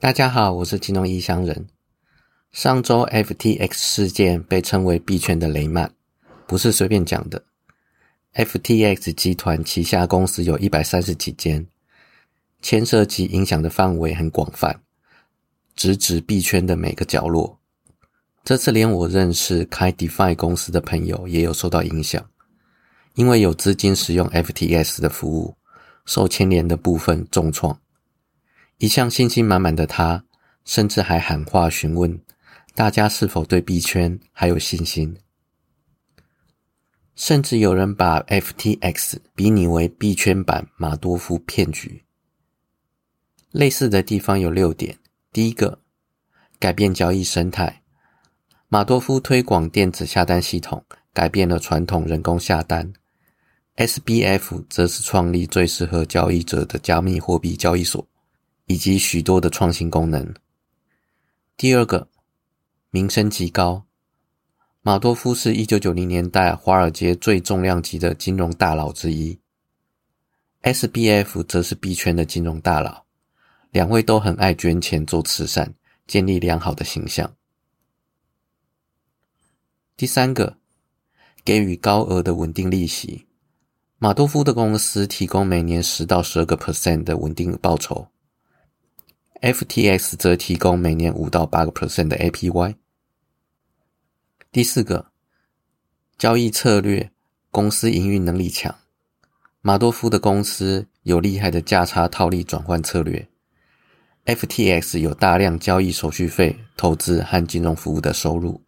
大家好，我是金融异乡人。上周 FTX 事件被称为币圈的雷曼，不是随便讲的。FTX 集团旗下公司有130几间，牵涉及影响的范围很广泛，直指币圈的每个角落。这次连我认识开 DeFi 公司的朋友也有受到影响，因为有资金使用 FTX 的服务，受牵连的部分重创。一向信心满满的他，甚至还喊话询问大家是否对币圈还有信心。甚至有人把 FTX 比拟为币圈版马多夫骗局。类似的地方有6点。第一个，改变交易生态。马多夫推广电子下单系统，改变了传统人工下单。SBF 则是创立最适合交易者的加密货币交易所，以及许多的创新功能。第二个，名声极高。马多夫是1990年代华尔街最重量级的金融大佬之一， SBF 则是币圈的金融大佬，两位都很爱捐钱做慈善，建立良好的形象。第三个，给予高额的稳定利息。马多夫的公司提供每年10到12% 的稳定报酬， FTX 则提供每年5到8% 的 APY。 第四个，交易策略，公司营运能力强。马多夫的公司有厉害的价差套利转换策略， FTX 有大量交易手续费、投资和金融服务的收入。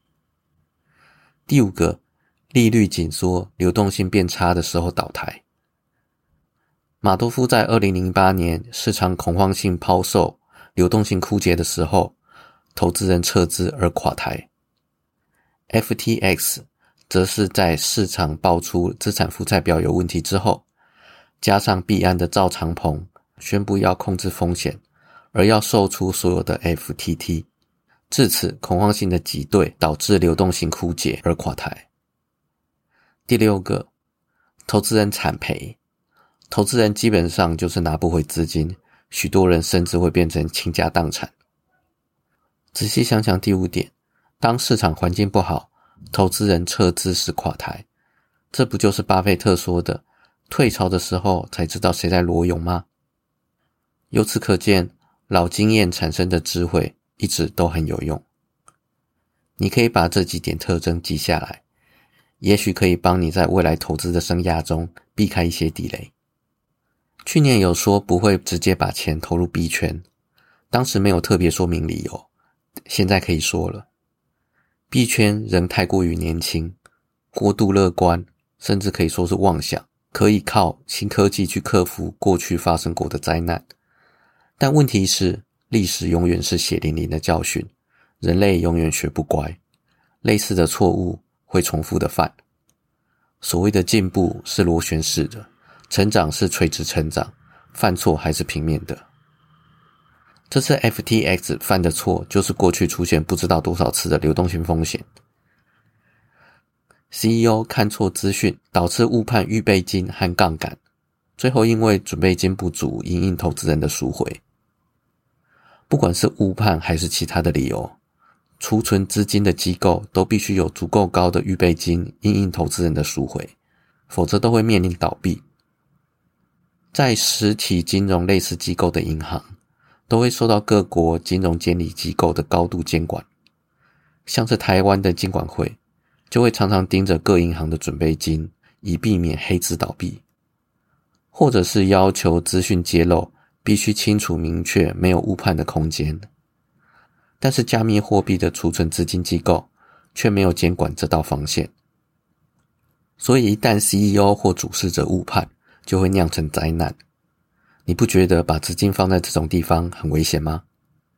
第五个，利率紧缩，流动性变差的时候倒台。马多夫在2008年市场恐慌性抛售，流动性枯竭的时候，投资人撤资而垮台。FTX 则是在市场爆出资产负债表有问题之后，加上币安的赵长鹏宣布要控制风险，而要售出所有的 FTT， 至此恐慌性的挤兑导致流动性枯竭而垮台。第六个，投资人惨赔。投资人基本上就是拿不回资金，许多人甚至会变成倾家荡产。仔细想想第五点，当市场环境不好，投资人撤资时垮台，这不就是巴菲特说的退潮的时候才知道谁在裸泳吗？由此可见，老经验产生的智慧一直都很有用。你可以把这几点特征记下来，也许可以帮你在未来投资的生涯中避开一些地雷。去年有说不会直接把钱投入币圈，当时没有特别说明理由，现在可以说了。币圈仍太过于年轻，过度乐观，甚至可以说是妄想，可以靠新科技去克服过去发生过的灾难。但问题是，历史永远是血淋淋的教训，人类永远学不乖，类似的错误会重复的犯。所谓的进步是螺旋式的，成长是垂直成长，犯错还是平面的。这次 FTX 犯的错就是过去出现不知道多少次的流动性风险。CEO 看错资讯，导致误判预备金和杠杆，最后因为准备金不足，因应投资人的赎回。不管是误判还是其他的理由，储存资金的机构都必须有足够高的预备金因应投资人的赎回，否则都会面临倒闭。在实体金融类似机构的银行，都会受到各国金融监理机构的高度监管，像是台湾的金管会就会常常盯着各银行的准备金，以避免黑资倒闭，或者是要求资讯揭露必须清楚明确，没有误判的空间。但是加密货币的储存资金机构却没有监管这道防线，所以一旦 CEO 或主事者误判，就会酿成灾难。你不觉得把资金放在这种地方很危险吗？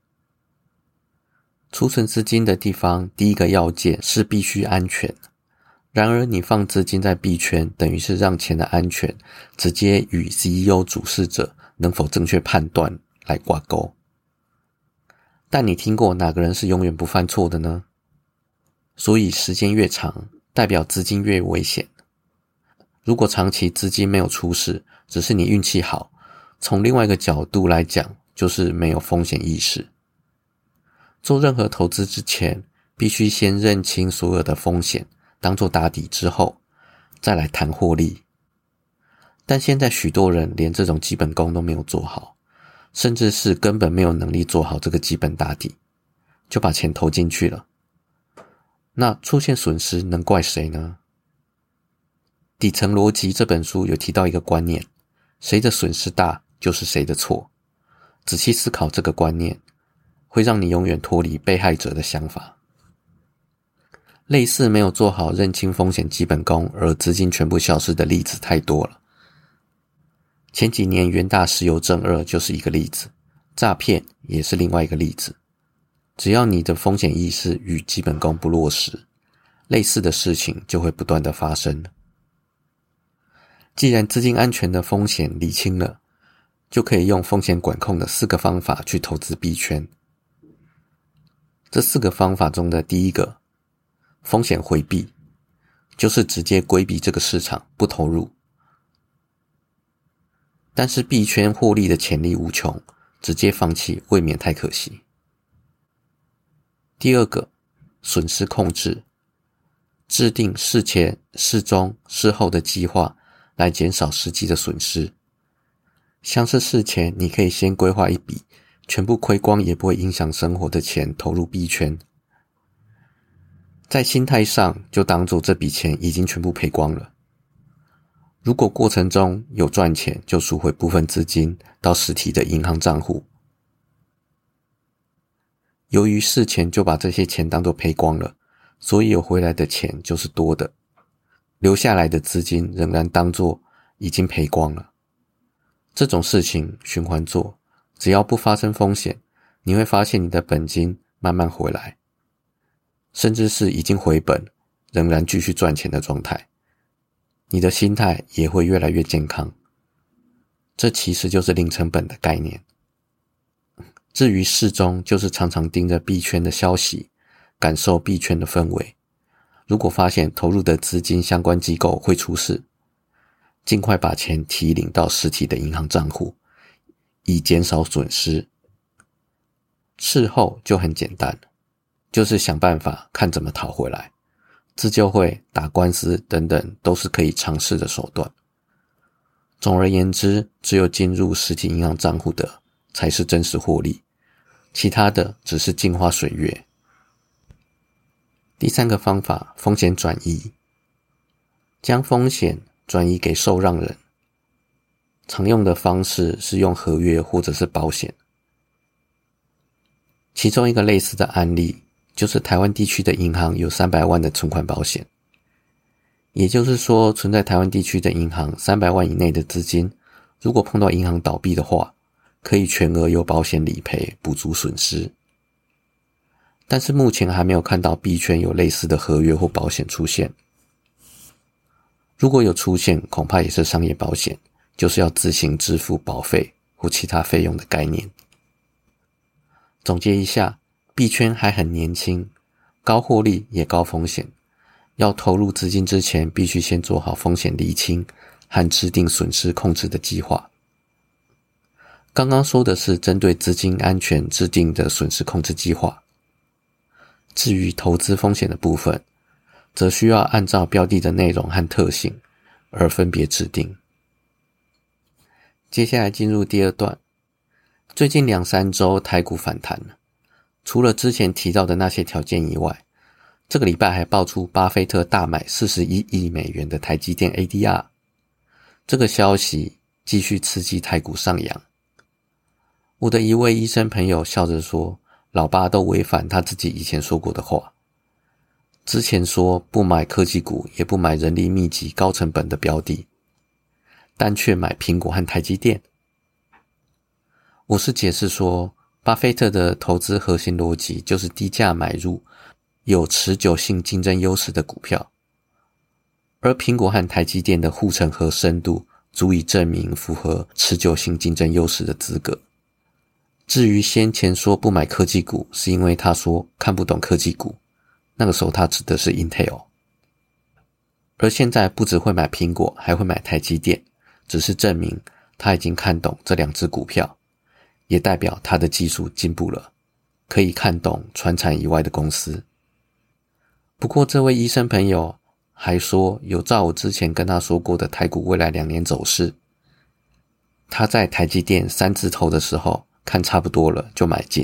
储存资金的地方，第一个要件是必须安全。然而你放资金在币圈，等于是让钱的安全直接与 CEO 主事者能否正确判断来挂钩。但你听过哪个人是永远不犯错的呢？所以时间越长，代表资金越危险。如果长期资金没有出事，只是你运气好，从另外一个角度来讲， 就是没有风险意识。做任何投资之前，必须先认清所有的风险，当作打底之后，再来谈获利。但现在许多人连这种基本功都没有做好，甚至是根本没有能力做好这个基本打底，就把钱投进去了。那出现损失能怪谁呢？底层逻辑这本书有提到一个观念，谁的损失大就是谁的错。仔细思考这个观念，会让你永远脱离被害者的想法。类似没有做好认清风险基本功而资金全部消失的例子太多了。前几年元大石油正二就是一个例子，诈骗也是另外一个例子。只要你的风险意识与基本功不落实，类似的事情就会不断的发生。既然资金安全的风险理清了，就可以用风险管控的4个方法去投资币圈。这4个方法中的第一个，风险回避，就是直接规避这个市场，不投入。但是币圈获利的潜力无穷，直接放弃未免太可惜。第二个，损失控制，制定事前、事中、事后的计划来减少实际的损失。像是事前你可以先规划一笔全部亏光也不会影响生活的钱投入币圈，在心态上就当作这笔钱已经全部赔光了。如果过程中有赚钱，就赎回部分资金到实体的银行账户。由于事前就把这些钱当作赔光了，所以有回来的钱就是多的，留下来的资金仍然当作已经赔光了。这种事情循环做，只要不发生风险，你会发现你的本金慢慢回来，甚至是已经回本，仍然继续赚钱的状态。你的心态也会越来越健康。这其实就是零成本的概念。至于事中，就是常常盯着币圈的消息，感受币圈的氛围。如果发现投入的资金相关机构会出事，尽快把钱提领到实体的银行账户，以减少损失。事后就很简单，就是想办法看怎么讨回来。自救会、打官司等等都是可以尝试的手段。总而言之，只有进入实体银行账户的才是真实获利，其他的只是镜花水月。第三个方法，风险转移，将风险转移给受让人。常用的方式是用合约或者是保险。其中一个类似的案例，就是台湾地区的银行有300万的存款保险。也就是说，存在台湾地区的银行300万以内的资金，如果碰到银行倒闭的话，可以全额由保险理赔补足损失。但是目前还没有看到币圈有类似的合约或保险出现。如果有出现，恐怕也是商业保险，就是要自行支付保费或其他费用的概念。总结一下，币圈还很年轻，高获利也高风险，要投入资金之前必须先做好风险厘清和制定损失控制的计划。刚刚说的是针对资金安全制定的损失控制计划，至于投资风险的部分，则需要按照标的的内容和特性而分别制定。接下来进入第二段，最近2-3周台股反弹了，除了之前提到的那些条件以外，这个礼拜还爆出巴菲特大买41亿美元的台积电 ADR， 这个消息继续刺激台股上扬。我的一位医生朋友笑着说，老巴都违反他自己以前说过的话。之前说不买科技股，也不买人力密集高成本的标的，但却买苹果和台积电。我是解释说，巴菲特的投资核心逻辑就是低价买入有持久性竞争优势的股票，而苹果和台积电的护城河深度足以证明符合持久性竞争优势的资格。至于先前说不买科技股，是因为他说看不懂科技股，那个时候他指的是 Intel。 而现在不只会买苹果，还会买台积电，只是证明他已经看懂这2只股票， 也代表他的技术进步了，可以看懂传产以外的公司。不过这位医生朋友还说有照我之前跟他说过的台股未来2年走势，他在台积电3字头的时候看差不多了就买进，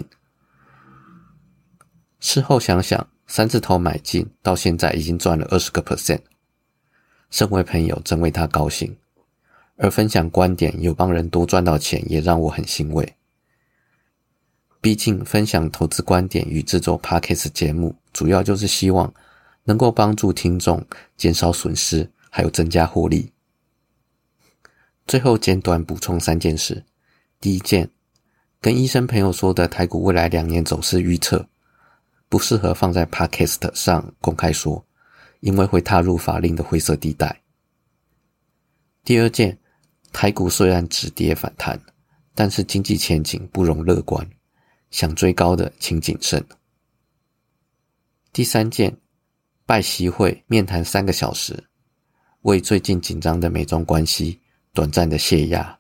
事后想想3字头买进到现在已经赚了 20%， 身为朋友真为他高兴，而分享观点有帮人多赚到钱也让我很欣慰。毕竟分享投资观点与制作 Podcast 节目主要就是希望能够帮助听众减少损失还有增加获利。最后简短补充3件事。第一件，跟医生朋友说的台股未来2年走势预测不适合放在 Podcast 上公开说，因为会踏入法令的灰色地带。第二件，台股虽然止跌反弹，但是经济前景不容乐观，想追高的请谨慎。第三件，拜习会面谈3个小时，为最近紧张的美中关系短暂的泄压。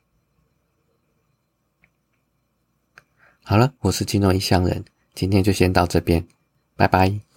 好了，我是金融异乡人，今天就先到这边，拜拜。